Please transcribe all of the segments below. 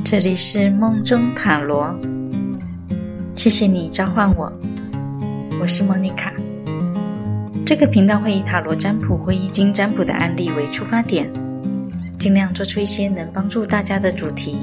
这里是梦中塔罗，谢谢你召唤我，我是莫妮卡。这个频道会以塔罗占卜或易经占卜的案例为出发点，尽量做出一些能帮助大家的主题。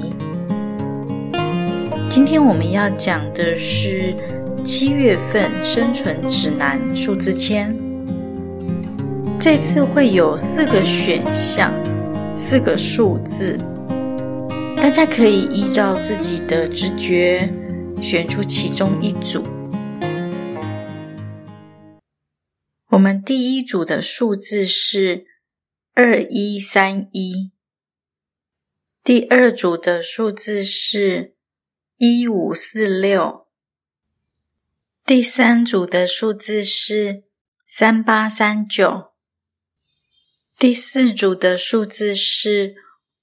今天我们要讲的是7月份生存指南数字签。这次会有4个选项，4个数字，大家可以依照自己的直觉选出其中一组。我们第一组的数字是2131，第二组的数字是1546，第三组的数字是3839，第四组的数字是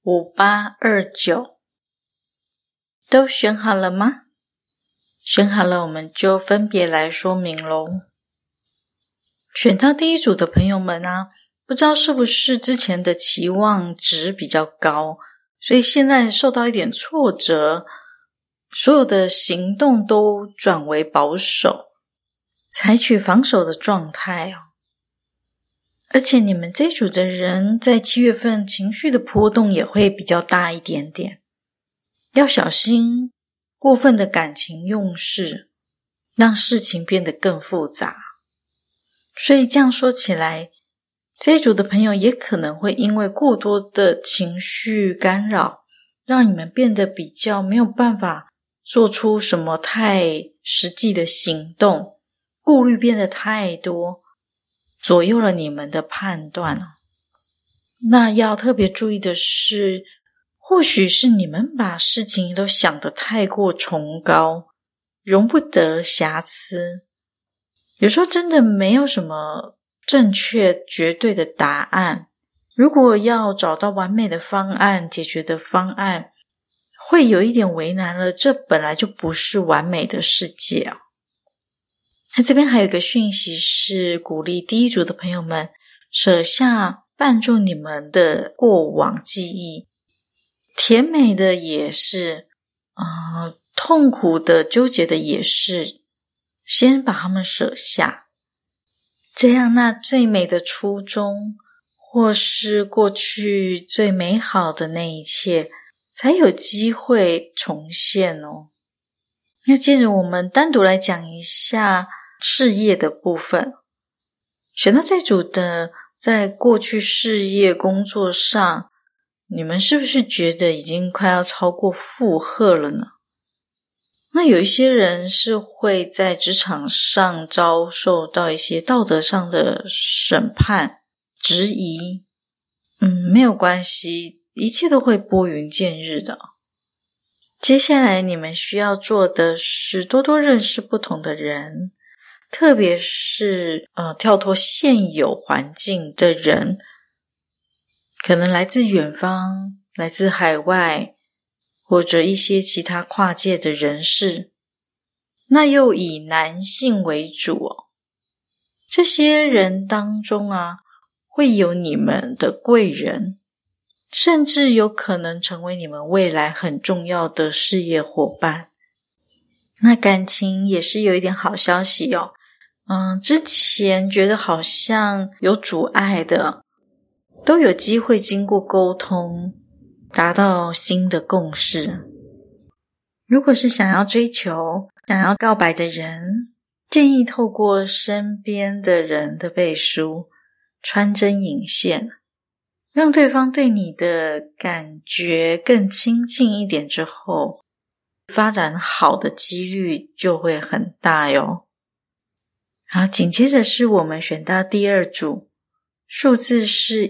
5829。都选好了吗？选好了，我们就分别来说明咯。选到第一组的朋友们啊，不知道是不是之前的期望值比较高，所以现在受到一点挫折，所有的行动都转为保守，采取防守的状态哦。而且你们这一组的人在7月份情绪的波动也会比较大一点点，要小心过分的感情用事，让事情变得更复杂。所以这样说起来，这一组的朋友也可能会因为过多的情绪干扰，让你们变得比较没有办法做出什么太实际的行动，顾虑变得太多，左右了你们的判断。那要特别注意的是，或许是你们把事情都想得太过崇高，容不得瑕疵。有时候真的没有什么正确绝对的答案，如果要找到完美的方案，解决的方案，会有一点为难了，这本来就不是完美的世界啊。那这边还有一个讯息是鼓励第一组的朋友们舍下绊住你们的过往记忆，甜美的也是，痛苦的纠结的也是，先把它们舍下，这样那最美的初衷或是过去最美好的那一切才有机会重现哦。那接着我们单独来讲一下事业的部分。选到这组的，在过去事业工作上，你们是不是觉得已经快要超过负荷了呢？那有一些人是会在职场上遭受到一些道德上的审判、质疑。没有关系，一切都会拨云见日的。接下来你们需要做的是多多认识不同的人，特别是跳脱现有环境的人，可能来自远方，来自海外，或者一些其他跨界的人士，那又以男性为主哦。这些人当中啊，会有你们的贵人，甚至有可能成为你们未来很重要的事业伙伴。那感情也是有一点好消息哦。之前觉得好像有阻碍的，都有机会经过沟通达到新的共识。如果是想要追求、想要告白的人，建议透过身边的人的背书，穿针引线，让对方对你的感觉更亲近一点之后，发展好的几率就会很大哟。好，紧接着是我们选到第二组，数字是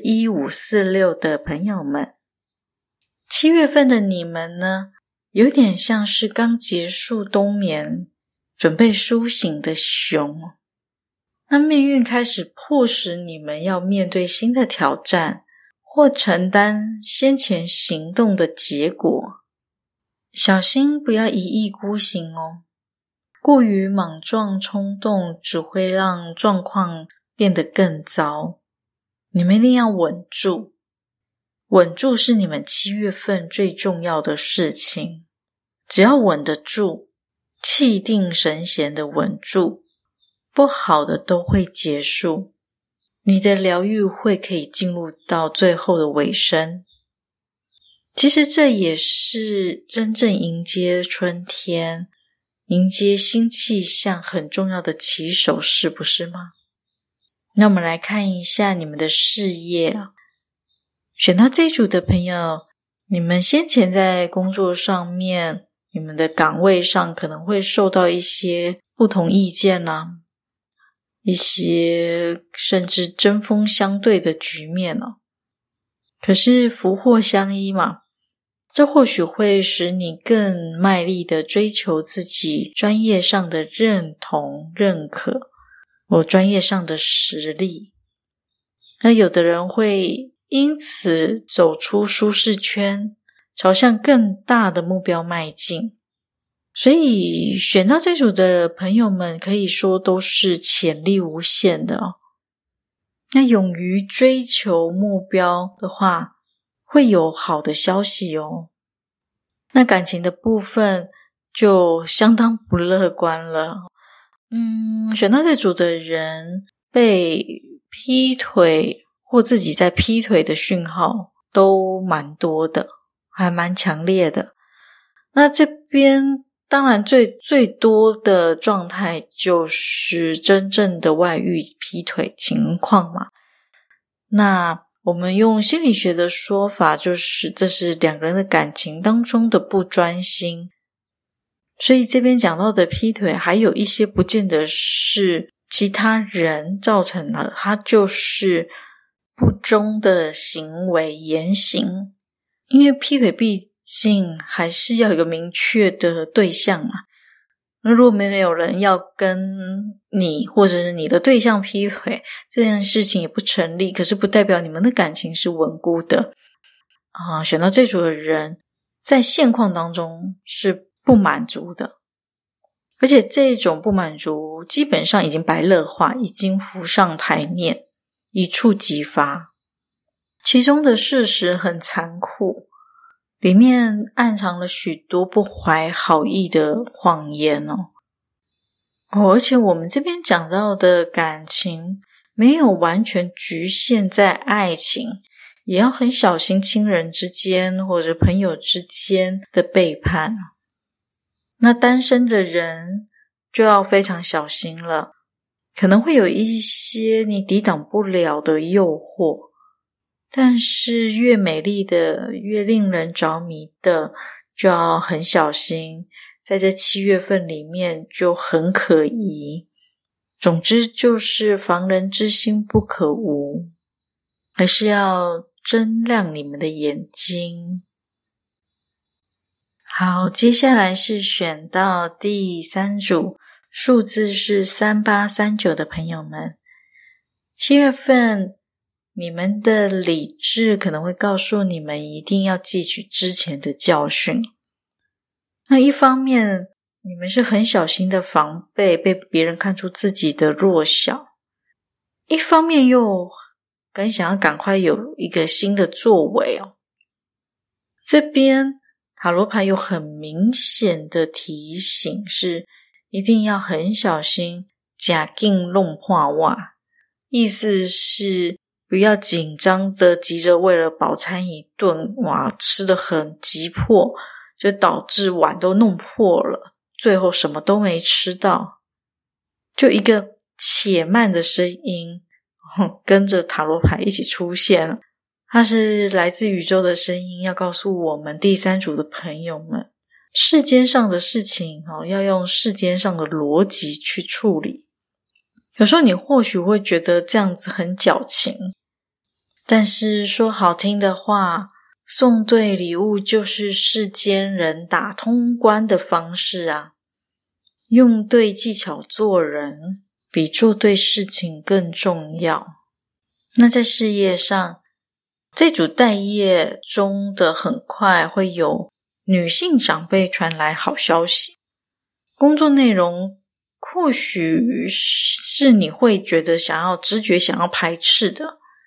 1546的朋友们。7月份的你们呢，有点像是刚结束冬眠，准备苏醒的熊。那命运开始迫使你们要面对新的挑战，或承担先前行动的结果。小心不要一意孤行哦。过于莽撞冲动只会让状况变得更糟，你们一定要稳住。 稳住是你们7月份最重要的事情，只要稳得住，气定神闲的稳住，不好的都会结束，你的疗愈会可以进入到最后的尾声。其实这也是真正迎接春天，迎接新气象很重要的起手式，不是吗？那我们来看一下你们的事业啊。选到这一组的朋友，你们先前在工作上面，你们的岗位上可能会受到一些不同意见啦，一些甚至针锋相对的局面哦。可是福祸相依嘛，这或许会使你更卖力的追求自己专业上的认同、认可，或专业上的实力。那有的人会因此走出舒适圈，朝向更大的目标迈进。所以选到这组的朋友们可以说都是潜力无限的哦。那勇于追求目标的话，会有好的消息哦。那感情的部分就相当不乐观了。选到这组的人被劈腿或自己在劈腿的讯号都蛮多的，还蛮强烈的。那这边当然最多的状态就是真正的外遇劈腿情况嘛。那我们用心理学的说法，就是这是两个人的感情当中的不专心。所以这边讲到的劈腿还有一些不见得是其他人造成的，它就是不忠的行为言行。因为劈腿毕竟还是要有一个明确的对象嘛，那如果没有人要跟你或者是你的对象劈腿，这件事情也不成立，可是不代表你们的感情是稳固的。选到这组的人在现况当中是不满足的，而且这种不满足基本上已经白热化，已经浮上台面，一触即发。其中的事实很残酷，里面暗藏了许多不怀好意的谎言哦。而且我们这边讲到的感情没有完全局限在爱情，也要很小心亲人之间或者朋友之间的背叛。那单身的人就要非常小心了，可能会有一些你抵挡不了的诱惑，但是越美丽的越令人着迷的就要很小心，在这7月份里面就很可疑。总之就是防人之心不可无，还是要睁亮你们的眼睛。好，接下来是选到第3组，数字是3839的朋友们。7月份你们的理智可能会告诉你们一定要汲取之前的教训。那一方面你们是很小心的防备被别人看出自己的弱小，一方面又很想要赶快有一个新的作为哦。这边塔罗牌有很明显的提醒，是一定要很小心假劲弄破袜，意思是不要紧张的急着为了饱餐一顿，吃得很急迫，就导致碗都弄破了，最后什么都没吃到。就一个且慢的声音跟着塔罗牌一起出现了，它是来自宇宙的声音，要告诉我们第3组的朋友们，世间上的事情要用世间上的逻辑去处理。有时候你或许会觉得这样子很矫情，但是说好听的话，送对礼物就是世间人打通关的方式啊。用对技巧做人，比做对事情更重要。那在事业上，这组待业中的很快会有女性长辈传来好消息，工作内容或许是你会觉得直觉想要排斥的，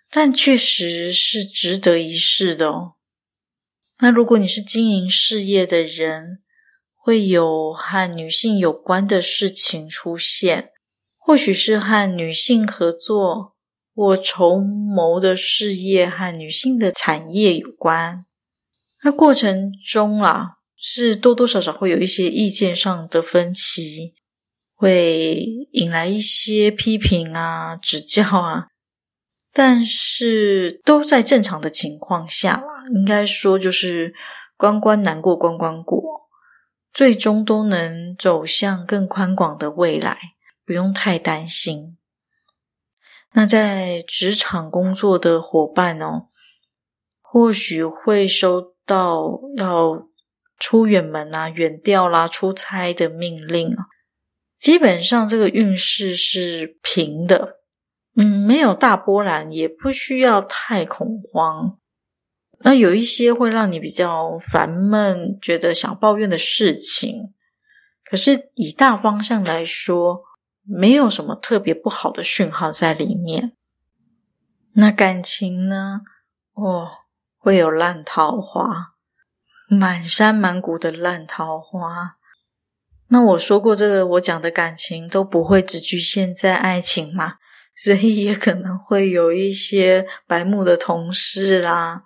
但确实是值得一试的哦。那如果你是经营事业的人，会有和女性有关的事情出现，或许是和女性合作或筹谋的事业和女性的产业有关。那过程中是多多少少会有一些意见上的分歧，会引来一些批评指教但是都在正常的情况下应该说就是关关难过关关过，最终都能走向更宽广的未来，不用太担心。那在职场工作的伙伴或许会收到要出远门远调出差的命令基本上这个运势是平的，没有大波澜，也不需要太恐慌。那有一些会让你比较烦闷，觉得想抱怨的事情，可是以大方向来说，没有什么特别不好的讯号在里面。那感情呢？会有烂桃花，满山满谷的烂桃花。那我说过我讲的感情都不会只局限在爱情嘛，所以也可能会有一些白目的同事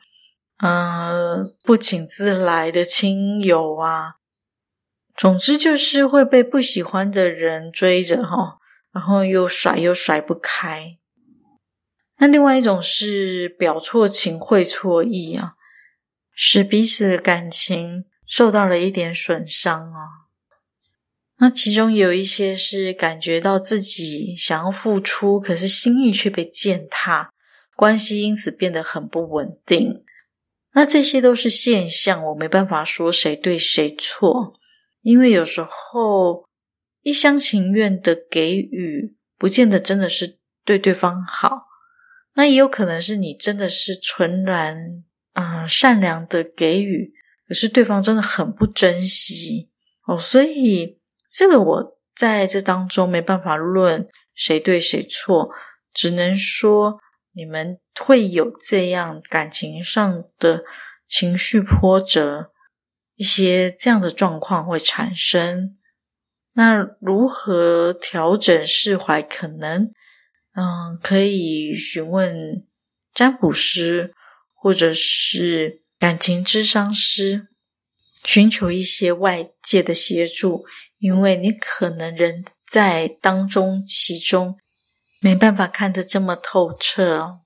不请自来的亲友总之就是会被不喜欢的人追着然后又甩不开。那另外一种是表错情会错意使彼此的感情受到了一点损伤那其中有一些是感觉到自己想要付出，可是心意却被践踏，关系因此变得很不稳定。那这些都是现象，我没办法说谁对谁错，因为有时候一厢情愿的给予不见得真的是对对方好，那也有可能是你真的是纯然善良的给予，可是对方真的很不珍惜所以这个我在这当中没办法论谁对谁错，只能说你们会有这样感情上的情绪波折，一些这样的状况会产生。那如何调整释怀，可能可以询问占卜师或者是感情咨商师，寻求一些外界的协助，因为你可能人在当中其中没办法看得这么透彻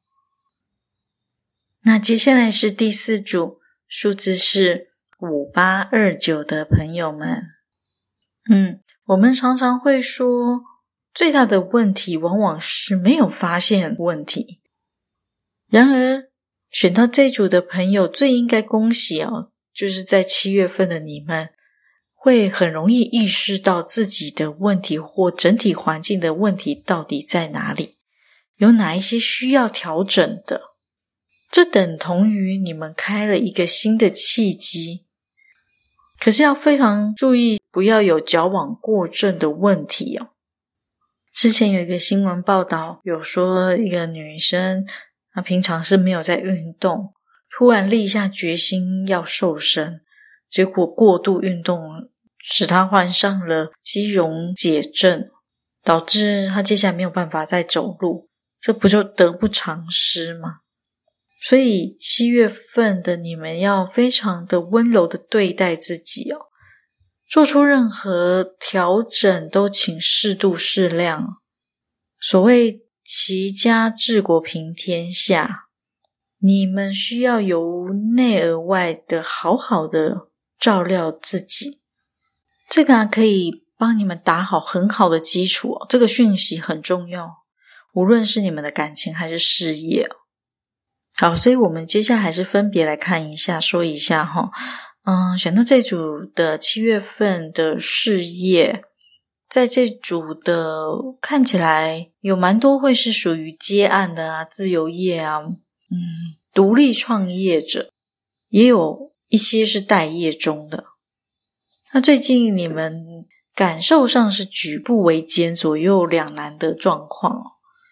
那接下来是第4组，数字是5829的朋友们。我们常常会说最大的问题往往是没有发现问题，然而选到这组的朋友最应该恭喜就是在7月份的你们会很容易意识到自己的问题或整体环境的问题到底在哪里，有哪一些需要调整的，这等同于你们开了一个新的契机。可是要非常注意不要有矫枉过正的问题之前有一个新闻报道，有说一个女生她平常是没有在运动，突然立下决心要瘦身，结果过度运动使她患上了肌溶解症，导致她接下来没有办法再走路，这不就得不偿失吗？所以7月份的你们要非常的温柔的对待自己做出任何调整都请适度适量。所谓齐家治国平天下，你们需要由内而外的好好的照料自己，这个可以帮你们打好很好的基础这个讯息很重要，无论是你们的感情还是事业好，所以我们接下来还是分别来看一下，说一下选到这组的7月份的事业，在这组的看起来有蛮多会是属于接案的自由业独立创业者，也有一些是待业中的。那最近你们感受上是举步维艰，左右两难的状况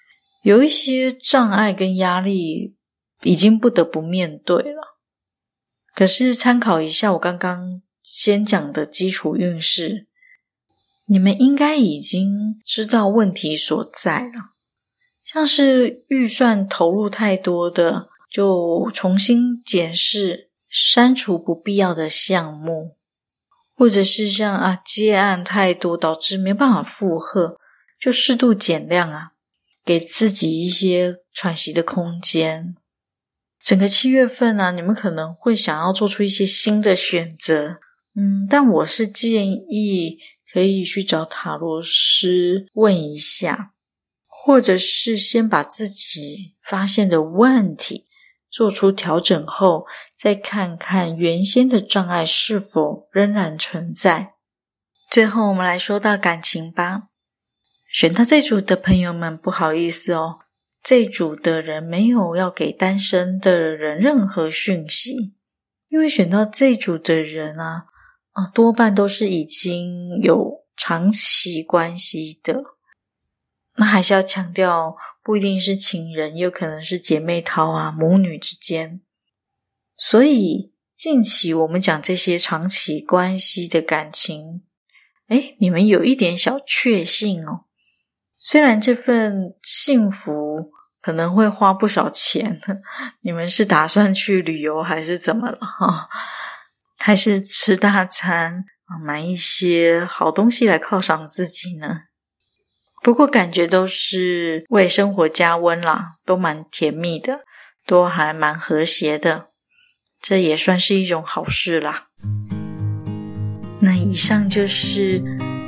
有一些障碍跟压力已经不得不面对了。可是参考一下我刚刚先讲的基础运势，你们应该已经知道问题所在了。像是预算投入太多的，就重新检视，删除不必要的项目，或者是像接案太多导致没办法负荷，就适度减量给自己一些喘息的空间。整个7月份你们可能会想要做出一些新的选择，但我是建议可以去找塔罗师问一下，或者是先把自己发现的问题做出调整后，再看看原先的障碍是否仍然存在。最后我们来说到感情吧。选到这组的朋友们，不好意思这组的人没有要给单身的人任何讯息，因为选到这组的人多半都是已经有长期关系的。那还是要强调，不一定是情人，也有可能是姐妹淘母女之间。所以近期我们讲这些长期关系的感情，你们有一点小确幸虽然这份幸福可能会花不少钱，你们是打算去旅游还是怎么了还是吃大餐买一些好东西来犒赏自己呢？不过感觉都是为生活加温啦，都蛮甜蜜的，都还蛮和谐的，这也算是一种好事啦。那以上就是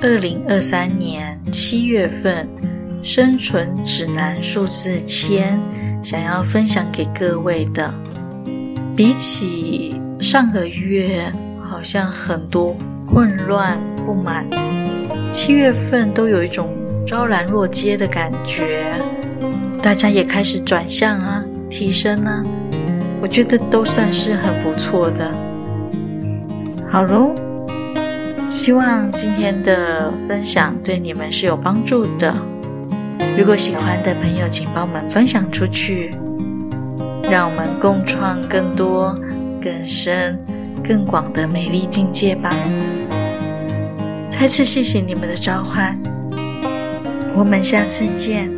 2023年7月份生存指南数字1000想要分享给各位的。比起上个月好像很多混乱不满，7月份都有一种昭然若揭的感觉，大家也开始转向提升我觉得都算是很不错的。好咯，希望今天的分享对你们是有帮助的。如果喜欢的朋友，请帮我们分享出去，让我们共创更多、更深、更广的美丽境界吧。再次谢谢你们的召唤，我们下次见。